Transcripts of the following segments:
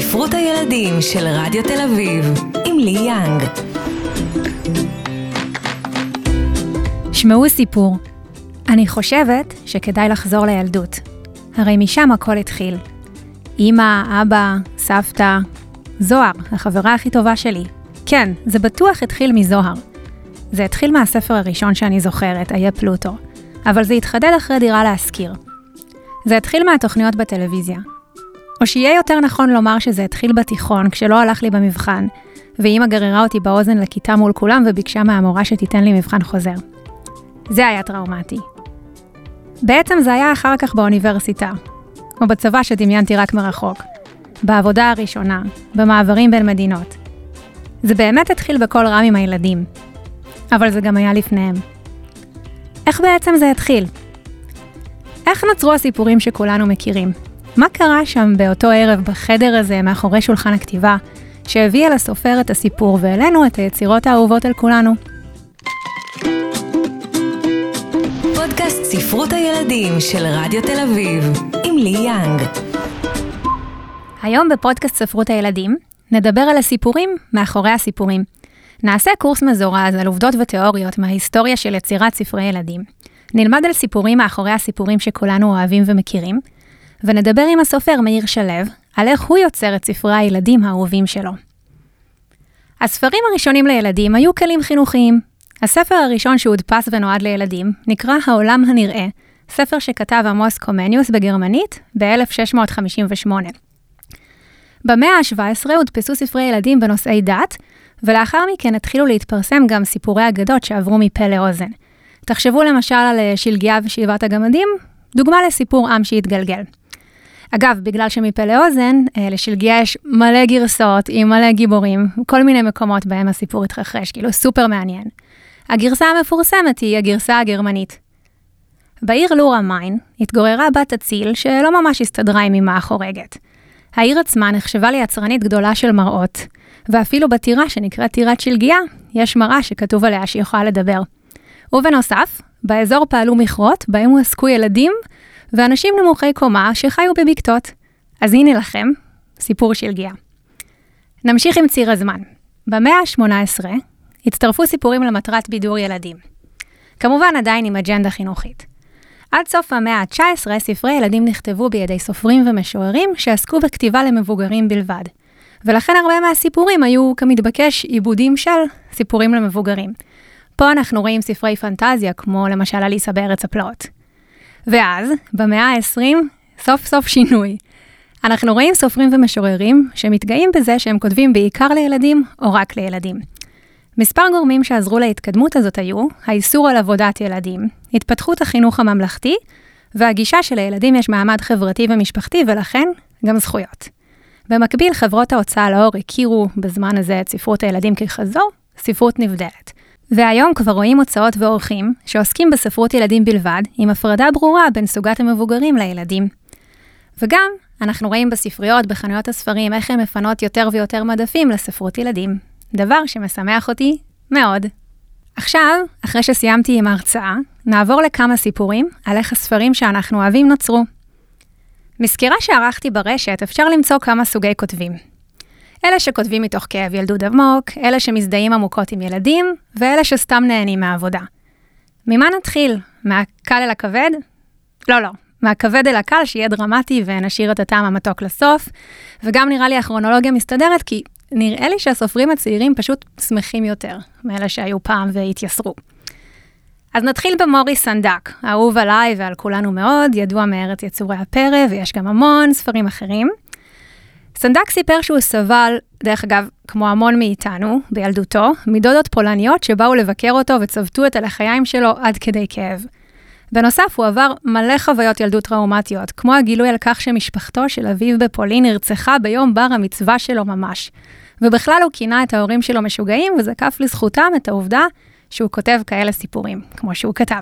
ספרות הילדים של רדיו תל אביב, עם לי יאנג. שמעו סיפור. אני חושבת שכדאי לחזור לילדות. הרי משם הכל התחיל. אמא, אבא, סבתא, זוהר, החברה הכי טובה שלי. כן, זה בטוח התחיל מזוהר. זה התחיל מהספר הראשון שאני זוכרת, איה פלוטו. אבל זה התחדד אחרי דירה להשכיר. זה התחיל מהתוכניות בטלוויזיה. או שיהיה יותר נכון לומר שזה התחיל בתיכון, כשלא הלך לי במבחן, ואמא גררה אותי באוזן לכיתה מול כולם וביקשה מהמורה שתיתן לי מבחן חוזר. זה היה טראומטי. בעצם זה היה אחר כך באוניברסיטה, או בצבא שדמיינתי רק מרחוק, בעבודה הראשונה, במעברים בין מדינות. זה באמת התחיל בכל רם עם הילדים, אבל זה גם היה לפניהם. איך בעצם זה התחיל? איך נוצרו הסיפורים שכולנו מכירים? מה קרה שם באותו ערב בחדר הזה מאחורי שולחן הכתיבה, שהביא אל הסופר את הסיפור ואלינו את היצירות האהובות על כולנו? פודקאסט ספרות הילדים של רדיו תל אביב, עם לי יאנג. היום בפודקאסט ספרות הילדים נדבר על הסיפורים מאחורי הסיפורים. נעשה קורס מזורז על עובדות ותיאוריות מההיסטוריה של יצירת ספרי ילדים. נלמד על סיפורים מאחורי הסיפורים שכולנו אוהבים ומכירים, ונדבר עם הסופר מאיר שלו על איך הוא יוצר את ספרי הילדים האהובים שלו. הספרים הראשונים לילדים היו כלים חינוכיים. הספר הראשון שהודפס ונועד לילדים נקרא העולם הנראה, ספר שכתב עמוס קומניוס בגרמנית ב-1658. במאה ה-17 הודפסו ספרי ילדים בנושאי דת, ולאחר מכן התחילו להתפרסם גם סיפורי אגדות שעברו מפה לאוזן. תחשבו למשל על שלגיה ושבעת הגמדים, דוגמה לסיפור עם שהתגלגל. אגב, בגלל שמפה לאוזן, לשלגיה יש מלא גרסאות עם מלא גיבורים, כל מיני מקומות בהם הסיפור התרחש, כאילו סופר מעניין. הגרסה המפורסמת היא הגרסה הגרמנית. בעיר לורה מיין התגוררה בת אציל שלא ממש הסתדרה עם אמה החורגת. העיר עצמה נחשבה ליצרנית גדולה של מראות, ואפילו בטירה שנקראת טירת שלגיה, יש מראה שכתוב עליה שהיא יכולה לדבר. ובנוסף, באזור פעלו מכרות בהם הועסקו ילדים ואנשים נמוכי קומה שחיו בבקתות. אז הנה לכם, סיפור שלגיה. נמשיך עם ציר הזמן. במאה ה-18 הצטרפו סיפורים למטרת בידור ילדים. כמובן עדיין עם אג'נדה חינוכית. עד סוף המאה ה-19 ספרי ילדים נכתבו בידי סופרים ומשוררים שעסקו בכתיבה למבוגרים בלבד. ולכן הרבה מהסיפורים היו כמתבקש עיבודים של סיפורים למבוגרים. פה אנחנו רואים ספרי פנטזיה כמו למשל אליסה בארץ הפלאות. ואז, במאה ה-20, סוף סוף שינוי. אנחנו רואים סופרים ומשוררים שמתגאים בזה שהם כותבים בעיקר לילדים או רק לילדים. מספר גורמים שעזרו להתקדמות הזאת היו האיסור על עבודת ילדים, התפתחות החינוך הממלכתי, והגישה שלילדים יש מעמד חברתי ומשפחתי ולכן גם זכויות. במקביל, חברות ההוצאה לאור הכירו בזמן הזה את ספרות הילדים ככזו, ספרות נבדלת. והיום כבר רואים הוצאות ועורכים שעוסקים בספרות ילדים בלבד, עם הפרדה ברורה בין סוגת המבוגרים לילדים. וגם אנחנו רואים בספריות, בחנויות הספרים, איך הן מפנות יותר ויותר מדפים לספרות ילדים. דבר שמשמח אותי מאוד. עכשיו, אחרי שסיימתי עם ההרצאה, נעבור לכמה סיפורים על איך הספרים שאנחנו אוהבים נוצרו. מסקירה שערכתי ברשת אפשר למצוא כמה סוגי כותבים. אלה שכותבים מתוך כאב ילדות עמוק, אלה שמזדהים עמוקות עם ילדים, ואלה שסתם נהנים מהעבודה. ממה נתחיל? מהקל אל הכבד? לא. מהכבד אל הקל שיהיה דרמטי ונשאיר את הטעם המתוק לסוף, וגם נראה לי הכרונולוגיה מסתדרת, כי נראה לי שהסופרים הצעירים פשוט שמחים יותר מאלה שהיו פעם והתייסרו. אז נתחיל במוריס סנדק, אהוב עליי ועל כולנו מאוד, ידוע מארץ יצורי הפרא, ויש גם המון ספרים אחרים. סנדק סיפר שהוא סבל, דרך אגב, כמו המון מאיתנו, בילדותו, מדודות פולניות שבאו לבקר אותו וצוותו את הלחיים שלו עד כדי כאב. בנוסף, הוא עבר מלא חוויות ילדות טראומטיות, כמו הגילוי על כך שמשפחתו של אביו בפולין נרצחה ביום בר המצווה שלו ממש. ובכלל הוא כינה את ההורים שלו משוגעים, וזקף לזכותם את העובדה שהוא כותב כאלה סיפורים, כמו שהוא כתב.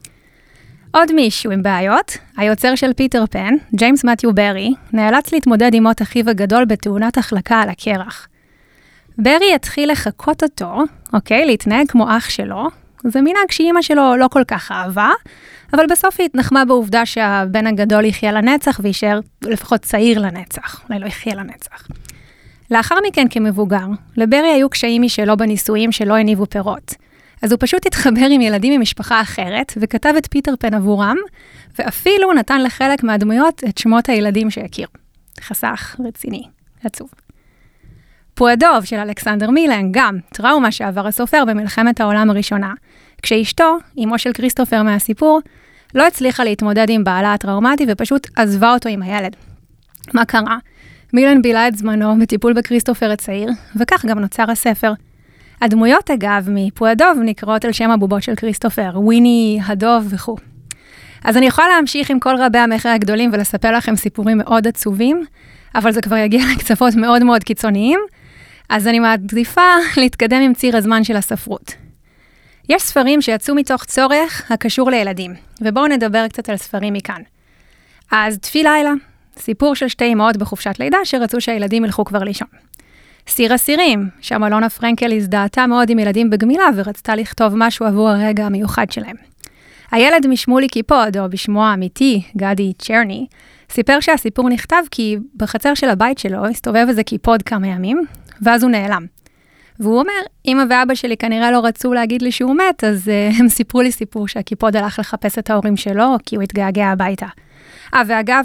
עוד מישהו עם בעיות, היוצר של פיטר פן, ג'יימס מתיו ברי, נאלץ להתמודד עם מות אחיו הגדול בתאונת החלקה על הקרח. ברי התחיל לחכות אותו, להתנהג כמו אח שלו, זה מנהג שאמא שלו לא כל כך אהבה, אבל בסוף היא התנחמה בעובדה שהבן הגדול יחיה לנצח, וישאר לפחות צעיר לנצח, אולי לא יחיה לנצח. לאחר מכן כמבוגר, לברי היו קשיים משלו בניסויים שלא הניבו פירות. אז הוא פשוט התחבר עם ילדים ממשפחה אחרת, וכתב את פיטר פן עבורם, ואפילו נתן לחלק מהדמויות את שמות הילדים שהכיר. חסך רציני, עצוב. פועדוב של אלכסנדר מילן, גם טראומה שעבר הסופר במלחמת העולם הראשונה, כשאשתו, אמו של כריסטופר מהסיפור, לא הצליחה להתמודד עם בעלה הטראומטי ופשוט עזבה אותו עם הילד. מה קרה? מילן בילה את זמנו בטיפול בכריסטופר הצעיר, וכך גם נוצר הספר. הדמויות אגב מפועדוב נקראות על שם הבובות של כריסטופר, וויני, הדוב וכו'. אז אני יכולה להמשיך עם כל רבי המחר הגדולים ולספר לכם סיפורים מאוד עצובים, אבל זה כבר יגיע לקצוות מאוד מאוד קיצוניים, אז אני מעדיפה להתקדם עם ציר הזמן של הספרות. יש ספרים שיצאו מתוך צורך הקשור לילדים, ובואו נדבר קצת על ספרים מכאן. אז תפי לילה, סיפור של שתי אמהות בחופשת לידה שרצו שהילדים ילכו כבר לישון. סיר הסירים, שם אלונה פרנקל הזדהתה מאוד עם ילדים בגמילה ורצתה לכתוב משהו עבור הרגע המיוחד שלהם. הילד משמולי קיפוד, או בשמו האמיתי, גדי צ'רני, סיפר שהסיפור נכתב כי בחצר של הבית שלו הסתובב איזה קיפוד כמה ימים, ואז הוא נעלם. והוא אומר, אמא ואבא שלי כנראה לא רצו להגיד לי שהוא מת, אז הם סיפרו לי סיפור שהקיפוד הלך לחפש את ההורים שלו, כי הוא התגעגע הביתה. ואגב,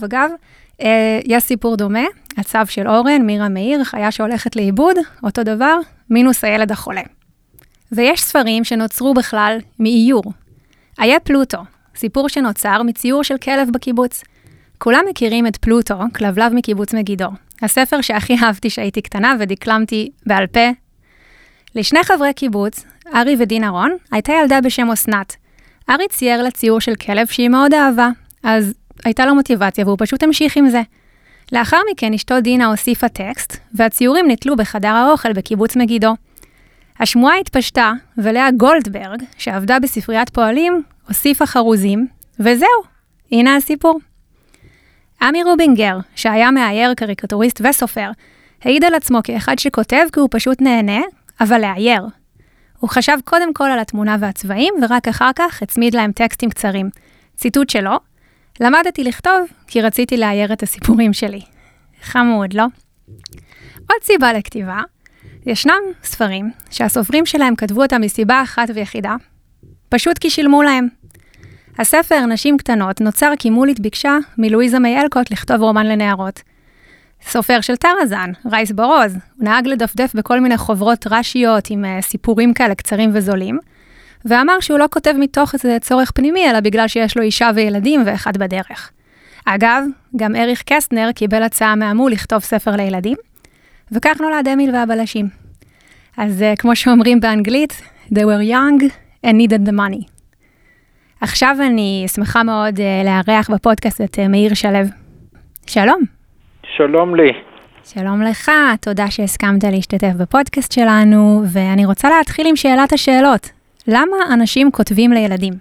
יש סיפור דומה, הצו של אורן, מירה מאיר, חיה שהולכת לאיבוד, אותו דבר, מינוס הילד החולה. ויש ספרים שנוצרו בכלל מאיור. היה פלוטו, סיפור שנוצר מציור של כלב בקיבוץ. כולם מכירים את פלוטו, כלבלב מקיבוץ מגידו. הספר שהכי אהבתי שהייתי קטנה ודקלמתי בעל פה. לשני חברי קיבוץ, ארי ודין ארון, הייתה ילדה בשם אסנת. ארי צייר לציור של כלב שהיא מאוד אהבה, אז הייתה לו מוטיבציה והוא פשוט המשיך עם זה. לאחר מכן אשתו דינה הוסיפה טקסט, והציורים נתלו בחדר האוכל בקיבוץ מגידו. השמועה התפשטה, ולאה גולדברג, שעבדה בספריית פועלים, הוסיפה חרוזים, וזהו, הנה הסיפור. אמי רובינגר, שהיה מאייר, קריקטוריסט וסופר, העיד על עצמו כאחד שכותב כי הוא פשוט נהנה, אבל לאייר. הוא חשב קודם כל על התמונה והצבעים, ורק אחר כך הצמיד להם טקסטים קצרים. ציטוט שלו, למדתי לכתוב כי רציתי לאייר את הסיפורים שלי. חמוד, לא? עוד סיבה לכתיבה, ישנם ספרים שהסופרים שלהם כתבו אותם מסיבה אחת ויחידה, פשוט כי שילמו להם. הספר נשים קטנות נוצר כי מולית ביקשה מלואיזה מיי אלקוט לכתוב רומן לנערות. סופר של טרזן, רייס ברוז, הוא נהג לדפדף בכל מיני חוברות רשיות עם סיפורים כאלה קצרים וזולים, ואמר שהוא לא כותב מתוך איזה צורך פנימי, אלא בגלל שיש לו אישה וילדים ואחד בדרך. אגב, גם אריך קסטנר קיבל הצעה מהמול לכתוב ספר לילדים, וכך נולד אמיל והבלשים. אז כמו שאומרים באנגלית, they were young and needed the money. עכשיו אני שמחה מאוד לארח בפודקאסט את מאיר שלו. שלום. שלום לי. שלום לך, תודה שהסכמת להשתתף בפודקאסט שלנו, ואני רוצה להתחיל עם שאלת השאלות. למה אנשים כותבים לילדים?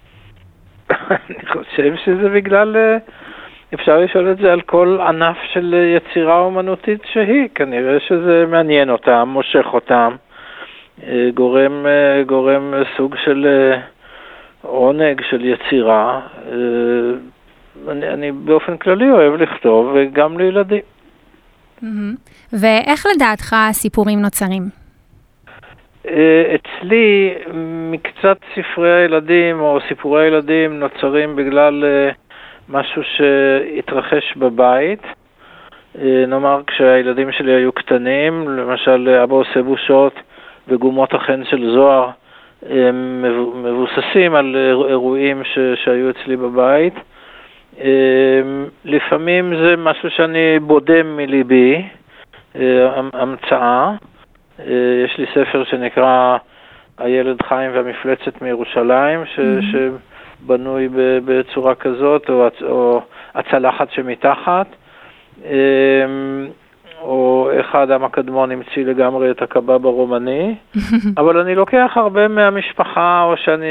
אני חושב שזה בגלל, אפשר לשאול את זה על כל ענף של יצירה אומנותית שהיא, כנראה שזה מעניין אותם, מושך אותם, גורם סוג של עונג של יצירה. אני באופן כללי אוהב לכתוב, וגם לילדים. ואיך לדעתך סיפורים נוצרים? אצלי מקצת ספרי הילדים או סיפורי הילדים נוצרים בגלל משהו שהתרחש בבית. נאמר כשהילדים שלי היו קטנים, למשל אבא עושה בושות וגומות החן של זוהר, מבוססים על אירועים שהיו אצלי בבית. לפעמים זה משהו שאני בודם מליבי, המצאה. יש לי ספר שנקרא הילד חיים והמפלצת מירושלים, שבנוי בצורה כזאת, או הצלחת שמתחת, או איך האדם הקדמון המציא לגמרי את הקבב הרומני, אבל אני לוקח הרבה מהמשפחה, או שאני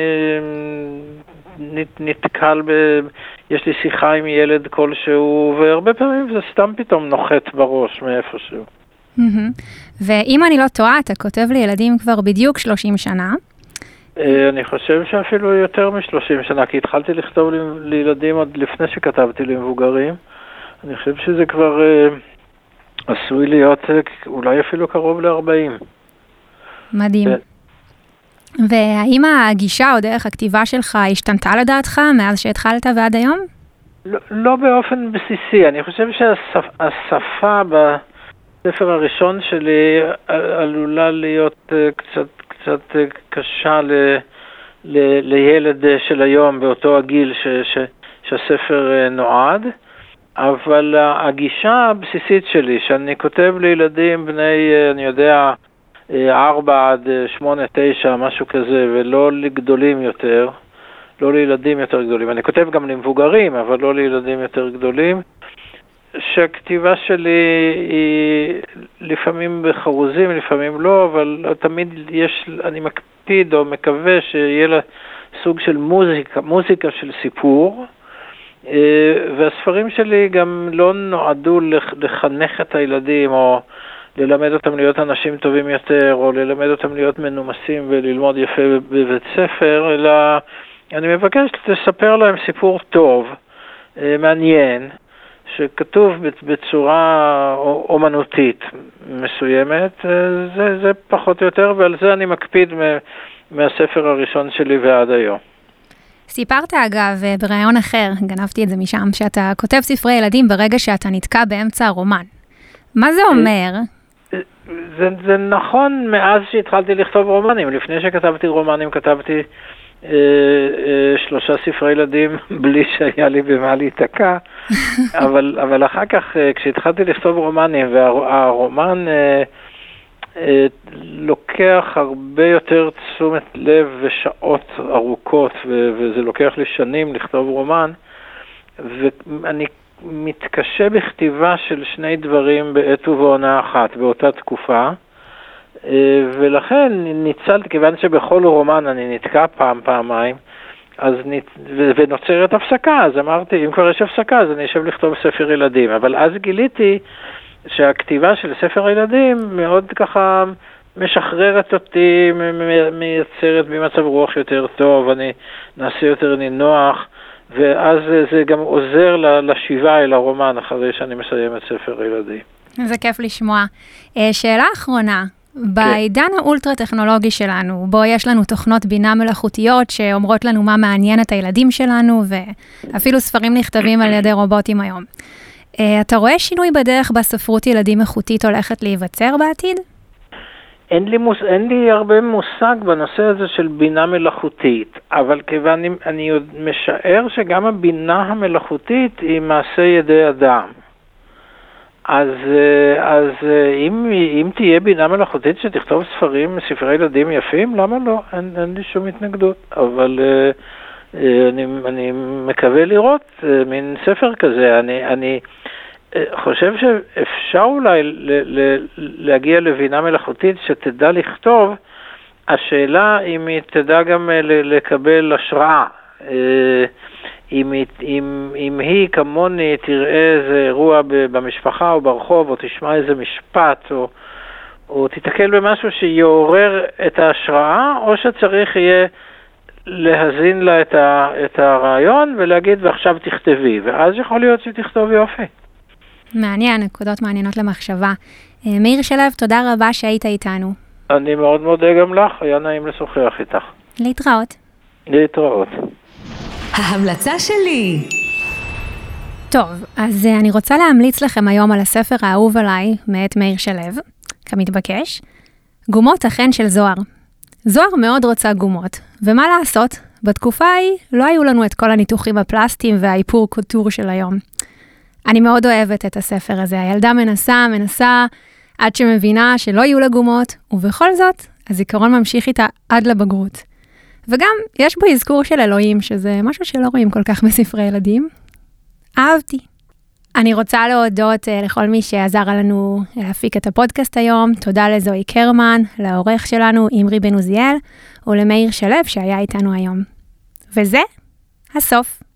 נתקל יש לי שיחה עם ילד כלשהו, והרבה פעמים זה סתם פתאום נוחת בראש מאיפשהו. ואם אני לא טועה, אתה כותב לילדים כבר בדיוק 30 שנה, אני חושב שאפילו יותר מ-30 שנה, כי התחלתי לכתוב לילדים עוד לפני שכתבתי למבוגרים. אני חושב שזה כבר עשוי להיות אולי אפילו קרוב ל-40. מדהים. והאם הגישה או דרך הכתיבה שלך השתנתה לדעתך מאז שהתחלת ועד היום? לא באופן בסיסי. אני חושב שהשפה בספר הראשון שלי עלולה להיות קצת קשה לילד של היום באותו הגיל שהספר נועד, אבל הגישה הבסיסית שלי, שאני כותב לילדים בני, אני יודע, 4 עד 8, 9, משהו כזה, ולא לגדולים יותר, לא לילדים יותר גדולים. אני כותב גם למבוגרים, אבל לא לילדים יותר גדולים, שהכתיבה שלי היא לפעמים בחרוזים, לפעמים לא, אבל תמיד אני מקפיד או מקווה שיהיה לה סוג של מוזיקה של סיפור, והספרים שלי גם לא נועדו לחנך את הילדים או ללמד אותם להיות אנשים טובים יותר, או ללמד אותם להיות מנומסים וללמוד יפה בבית ספר, אלא אני מבקש לספר להם סיפור טוב, מעניין, שכתוב בצורה אומנותית מסוימת. זה פחות או יותר, ועל זה אני מקפיד מהספר הראשון שלי ועד היום. סיפרת אגב ברעיון אחר, גנבתי את זה משם, שאתה כותב ספרי ילדים ברגע שאתה נתקע באמצע הרומן. מה זה אומר? זה נכון מאז שהתחלתי לכתוב רומנים. לפני שכתבתי רומנים כתבתי 3 ספרי ילדים בלי שהיה לי במה להיתקע, אבל אחר כך כשהתחלתי לכתוב רומנים, והרומן לוקח הרבה יותר תשומת לב ושעות ארוכות, וזה לוקח לי שנים לכתוב רומן, ואני מתקשה בכתיבה של 2 דברים בעת ובעונה אחת באותה תקופה, ולכן ניצלתי, כיוון שבכל רומן אני נתקע פעמיים, ונוצרת הפסקה, אז אמרתי, אם כבר יש הפסקה, אז אני אשב לכתוב ספר ילדים. אבל אז גיליתי שהכתיבה של ספר הילדים מאוד ככה משחררת אותי, מייצרת במצב רוח יותר טוב, אני נעשה יותר נינוח, ואז זה גם עוזר לשיבה אל הרומן אחרי שאני מסיים את ספר הילדים. זה כיף לשמוע. שאלה אחרונה, בעידן האולטרה-טכנולוגי שלנו, בו יש לנו תוכנות בינה מלאכותיות שאומרות לנו מה מעניין את הילדים שלנו, ואפילו ספרים נכתבים על ידי רובוטים היום. אתה רואה שינוי בדרך בספרות ילדים איכותית הולכת להיווצר בעתיד? אין לי הרבה מושג בנושא הזה של בינה מלאכותית, אבל כיוון אני עוד משער שגם הבינה המלאכותית היא מעשה ידי אדם. אז אם תהיה בינה מלאכותית שתכתוב ספרי ילדים יפים, למה לא? אין לי שום התנגדות, אבל אני מקווה לראות מין ספר כזה. אני חושב שאפשר אולי להגיע לבינה מלאכותית שתדע לכתוב, השאלה אם היא תדע גם לקבל השראה. אם היא כמוני תראה איזה אירוע במשפחה או ברחוב, או תשמע איזה משפט, או תתקל במשהו שיעורר את ההשראה, או שצריך יהיה להזין לה את הרעיון ולהגיד ועכשיו תכתבי, ואז יכול להיות שתכתוב יופי. מעניין, נקודות מעניינות למחשבה. מאיר שלו, תודה רבה שהיית איתנו. אני מאוד מודה גם לך, היה נעים לשוחח איתך. להתראות. להתראות. ההמלצה שלי. טוב, אז אני רוצה להמליץ לכם היום על הספר האהוב עליי, מאת מאיר שלו, כמתבקש, גומות החן של זוהר. זוהר מאוד רוצה גומות, ומה לעשות? בתקופה ההיא לא היו לנו את כל הניתוחים הפלסטיים והאיפור קוטור של היום. אני מאוד אוהבת את הספר הזה. הילדה מנסה, עד שמבינה שלא יהיו לה גומות, ובכל זאת, הזיכרון ממשיך איתה עד לבגרות. וגם יש בו אזכור של אלוהים, שזה משהו שלא רואים כל כך בספרי ילדים. אהבתי. אני רוצה להודות לכל מי שעזר לנו להפיק את הפודקאסט היום. תודה לזוהי קרמן, לעורך שלנו אמרי בן עוזיאל, ולמאיר שלו שהיה איתנו היום. וזה הסוף.